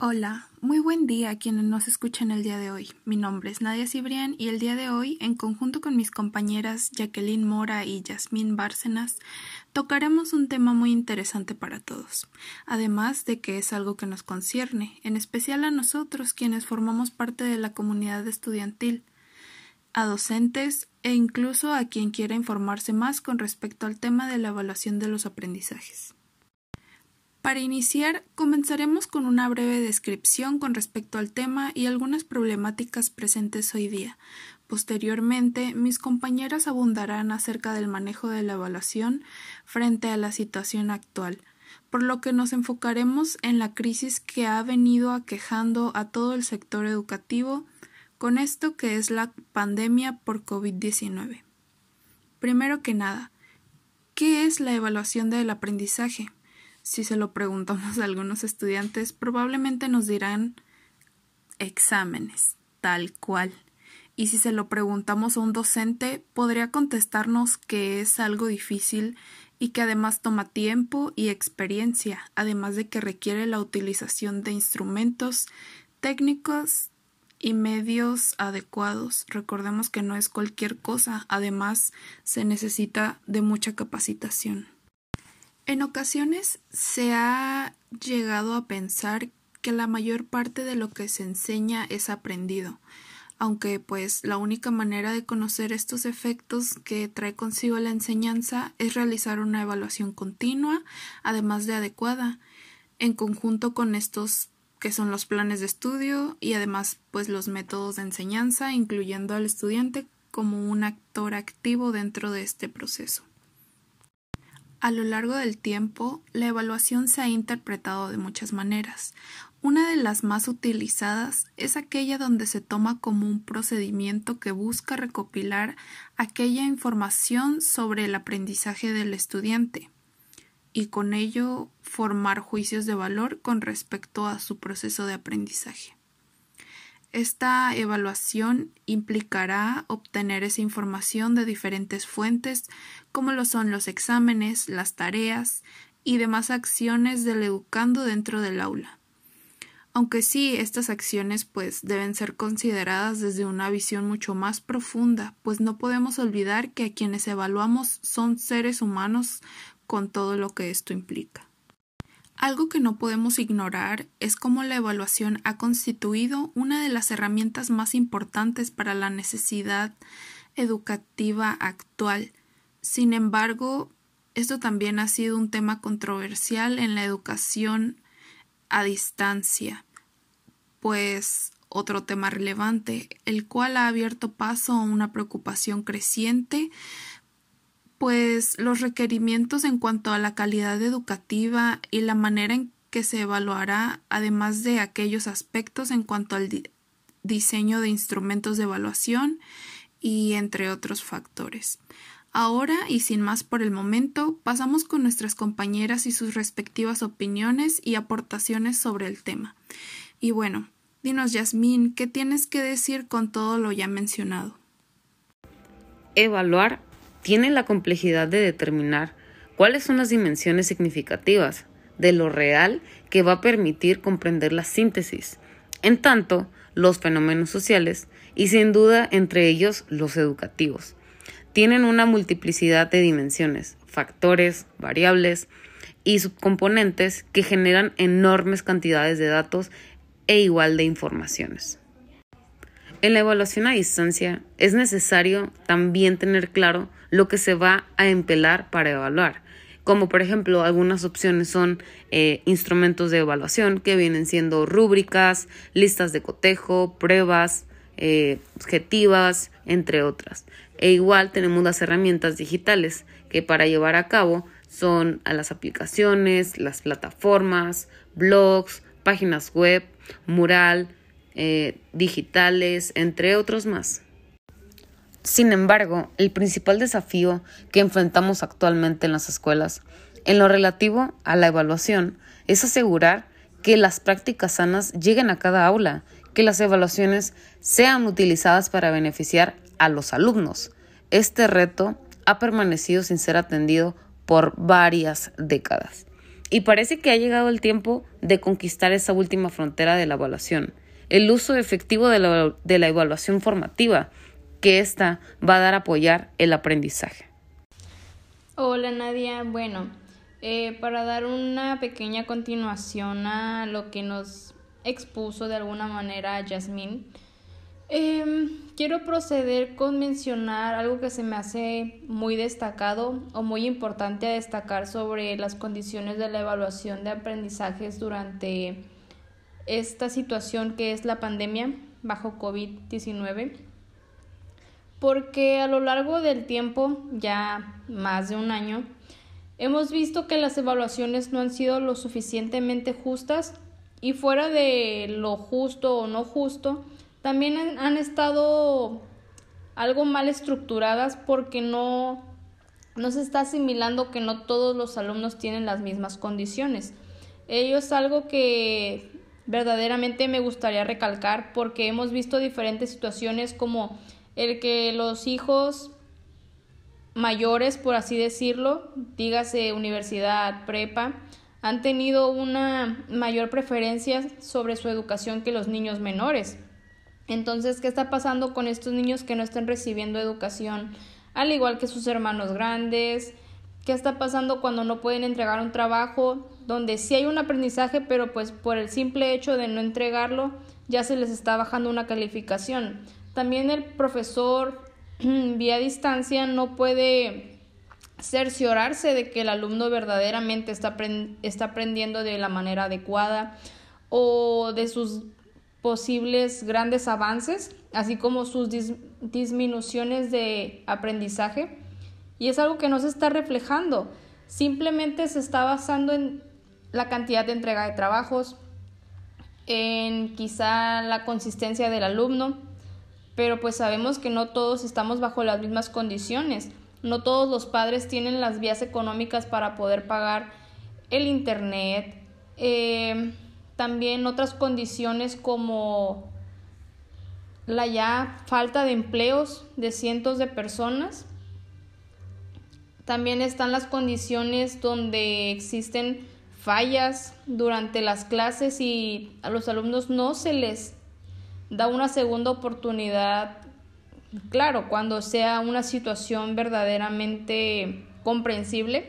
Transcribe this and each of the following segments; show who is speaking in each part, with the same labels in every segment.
Speaker 1: Hola, muy buen día a quienes nos escuchan el día de hoy. Mi nombre es Nadia Cibrián y el día de hoy, en conjunto con mis compañeras Jacqueline Mora y Yasmín Bárcenas, tocaremos un tema muy interesante para todos, además de que es algo que nos concierne, en especial a nosotros quienes formamos parte de la comunidad estudiantil, a docentes e incluso a quien quiera informarse más con respecto al tema de la evaluación de los aprendizajes. Para iniciar, comenzaremos con una breve descripción con respecto al tema y algunas problemáticas presentes hoy día. Posteriormente, mis compañeras abundarán acerca del manejo de la evaluación frente a la situación actual, por lo que nos enfocaremos en la crisis que ha venido aquejando a todo el sector educativo con esto que es la pandemia por COVID-19. Primero que nada, ¿qué es la evaluación del aprendizaje? Si se lo preguntamos a algunos estudiantes, probablemente nos dirán exámenes, tal cual. Y si se lo preguntamos a un docente, podría contestarnos que es algo difícil y que además toma tiempo y experiencia, además de que requiere la utilización de instrumentos técnicos y medios adecuados. Recordemos que no es cualquier cosa, además se necesita de mucha capacitación. En ocasiones se ha llegado a pensar que la mayor parte de lo que se enseña es aprendido, aunque pues la única manera de conocer estos efectos que trae consigo la enseñanza es realizar una evaluación continua, además de adecuada, en conjunto con estos que son los planes de estudio y además pues los métodos de enseñanza, incluyendo al estudiante como un actor activo dentro de este proceso. A lo largo del tiempo, la evaluación se ha interpretado de muchas maneras. Una de las más utilizadas es aquella donde se toma como un procedimiento que busca recopilar aquella información sobre el aprendizaje del estudiante y con ello formar juicios de valor con respecto a su proceso de aprendizaje. Esta evaluación implicará obtener esa información de diferentes fuentes, como lo son los exámenes, las tareas y demás acciones del educando dentro del aula. Aunque sí, estas acciones pues deben ser consideradas desde una visión mucho más profunda, pues no podemos olvidar que a quienes evaluamos son seres humanos con todo lo que esto implica. Algo que no podemos ignorar es cómo la evaluación ha constituido una de las herramientas más importantes para la necesidad educativa actual. Sin embargo, esto también ha sido un tema controversial en la educación a distancia, pues otro tema relevante, el cual ha abierto paso a una preocupación creciente, pues los requerimientos en cuanto a la calidad educativa y la manera en que se evaluará, además de aquellos aspectos en cuanto al diseño de instrumentos de evaluación y entre otros factores. Ahora, y sin más por el momento, pasamos con nuestras compañeras y sus respectivas opiniones y aportaciones sobre el tema. Y bueno, dinos, Yasmín, ¿qué tienes que decir con todo lo ya mencionado?
Speaker 2: Evaluar tiene la complejidad de determinar cuáles son las dimensiones significativas de lo real que va a permitir comprender la síntesis, en tanto los fenómenos sociales y sin duda entre ellos los educativos. Tienen una multiplicidad de dimensiones, factores, variables y subcomponentes que generan enormes cantidades de datos e igual de informaciones. En la evaluación a distancia es necesario también tener claro lo que se va a emplear para evaluar, como por ejemplo algunas opciones son instrumentos de evaluación que vienen siendo rúbricas, listas de cotejo, pruebas, objetivas, entre otras. E igual tenemos las herramientas digitales que para llevar a cabo son a las aplicaciones, las plataformas, blogs, páginas web, mural, digitales, entre otros más. Sin embargo, el principal desafío que enfrentamos actualmente en las escuelas, en lo relativo a la evaluación, es asegurar que las prácticas sanas lleguen a cada aula, que las evaluaciones sean utilizadas para beneficiar a los alumnos. Este reto ha permanecido sin ser atendido por varias décadas. Y parece que ha llegado el tiempo de conquistar esa última frontera de la evaluación, el uso efectivo de la evaluación formativa, que ésta va a dar a apoyar el aprendizaje.
Speaker 3: Hola Nadia, bueno, para dar una pequeña continuación a lo que nos expuso de alguna manera Yasmín, quiero proceder con mencionar algo que se me hace muy destacado o muy importante a destacar sobre las condiciones de la evaluación de aprendizajes durante esta situación que es la pandemia bajo COVID-19, porque a lo largo del tiempo, ya más de un año, hemos visto que las evaluaciones no han sido lo suficientemente justas y fuera de lo justo o no justo, también han estado algo mal estructuradas porque no se está asimilando que no todos los alumnos tienen las mismas condiciones. Ello es algo que verdaderamente me gustaría recalcar porque hemos visto diferentes situaciones como el que los hijos mayores, por así decirlo, dígase universidad, prepa, han tenido una mayor preferencia sobre su educación que los niños menores. Entonces, ¿qué está pasando con estos niños que no están recibiendo educación al igual que sus hermanos grandes? ¿Qué está pasando cuando no pueden entregar un trabajo donde sí hay un aprendizaje, pero pues por el simple hecho de no entregarlo ya se les está bajando una calificación? También el profesor vía distancia no puede cerciorarse de que el alumno verdaderamente está aprendiendo de la manera adecuada o de sus posibles grandes avances, así como sus disminuciones de aprendizaje. Y es algo que no se está reflejando, simplemente se está basando en la cantidad de entrega de trabajos, en quizá la consistencia del alumno, pero pues sabemos que no todos estamos bajo las mismas condiciones, no todos los padres tienen las vías económicas para poder pagar el internet, también otras condiciones como la ya falta de empleos de cientos de personas. También están las condiciones donde existen fallas durante las clases y a los alumnos no se les da una segunda oportunidad, claro, cuando sea una situación verdaderamente comprensible,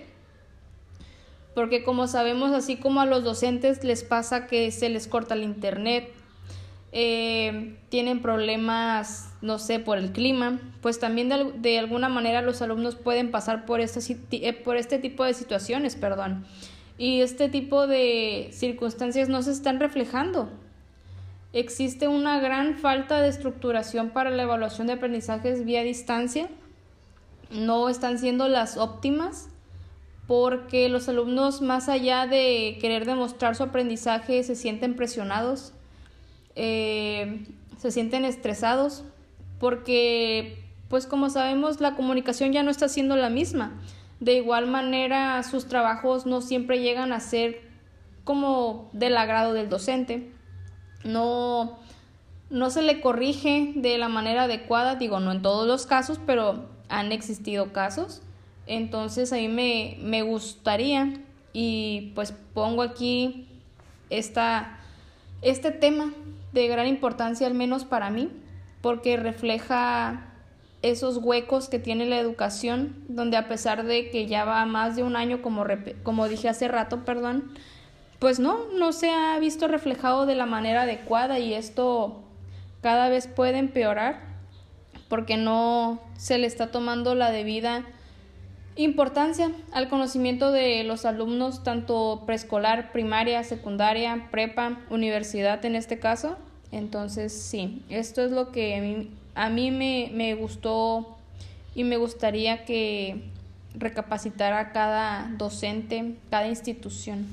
Speaker 3: porque como sabemos, así como a los docentes les pasa que se les corta el internet, tienen problemas, no sé, por el clima, pues también de alguna manera los alumnos pueden pasar por este tipo de situaciones, y este tipo de circunstancias no se están reflejando. Existe una gran falta de estructuración para la evaluación de aprendizajes vía distancia, no están siendo las óptimas, porque los alumnos, más allá de querer demostrar su aprendizaje, se sienten presionados, se sienten estresados, porque pues como sabemos la comunicación ya no está siendo la misma. De igual manera sus trabajos no siempre llegan a ser como del agrado del docente, no se le corrige de la manera adecuada, digo, no en todos los casos, pero han existido casos. Entonces a mí me gustaría, y pues pongo aquí este tema de gran importancia, al menos para mí, porque refleja esos huecos que tiene la educación, donde a pesar de que ya va más de un año, como dije hace rato, pues no se ha visto reflejado de la manera adecuada, y esto cada vez puede empeorar porque no se le está tomando la debida importancia al conocimiento de los alumnos, tanto preescolar, primaria, secundaria, prepa, universidad en este caso. Entonces sí, esto es lo que a mí me gustó y me gustaría que recapacitara cada docente, cada institución.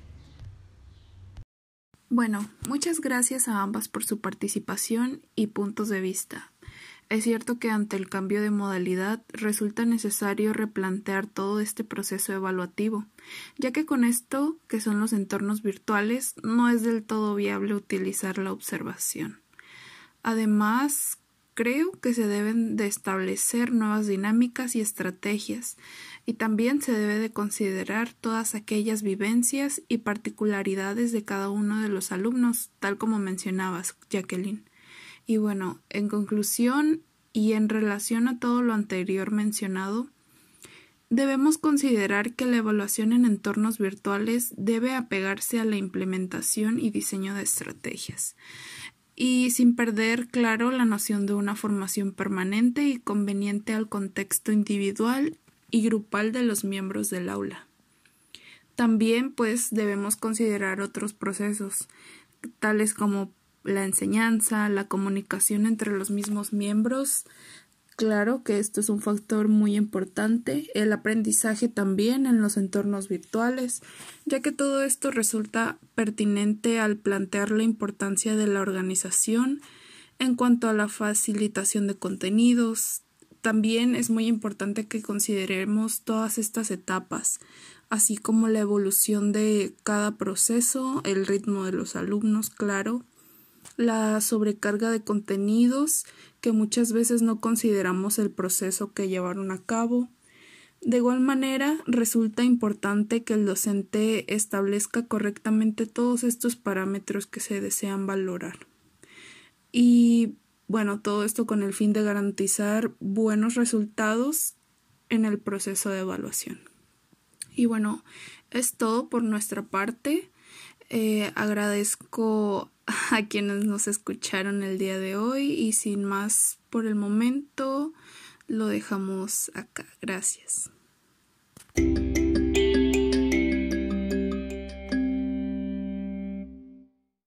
Speaker 1: Bueno, muchas gracias a ambas por su participación y puntos de vista. Es cierto que ante el cambio de modalidad resulta necesario replantear todo este proceso evaluativo, ya que con esto, que son los entornos virtuales, no es del todo viable utilizar la observación. Además, creo que se deben de establecer nuevas dinámicas y estrategias Y también se debe de considerar todas aquellas vivencias y particularidades de cada uno de los alumnos, tal como mencionabas, Jacqueline. Y bueno, en conclusión y en relación a todo lo anterior mencionado, debemos considerar que la evaluación en entornos virtuales debe apegarse a la implementación y diseño de estrategias, y sin perder claro la noción de una formación permanente y conveniente al contexto individual y grupal de los miembros del aula. También, pues, debemos considerar otros procesos, tales como la enseñanza, la comunicación entre los mismos miembros. Claro que esto es un factor muy importante, el aprendizaje también en los entornos virtuales, ya que todo esto resulta pertinente al plantear la importancia de la organización en cuanto a la facilitación de contenidos. También es muy importante que consideremos todas estas etapas, así como la evolución de cada proceso, el ritmo de los alumnos, claro, la sobrecarga de contenidos, que muchas veces no consideramos el proceso que llevaron a cabo. De igual manera, resulta importante que el docente establezca correctamente todos estos parámetros que se desean valorar. Y bueno, todo esto con el fin de garantizar buenos resultados en el proceso de evaluación. Y bueno, es todo por nuestra parte. Agradezco a quienes nos escucharon el día de hoy y sin más por el momento lo dejamos acá. Gracias.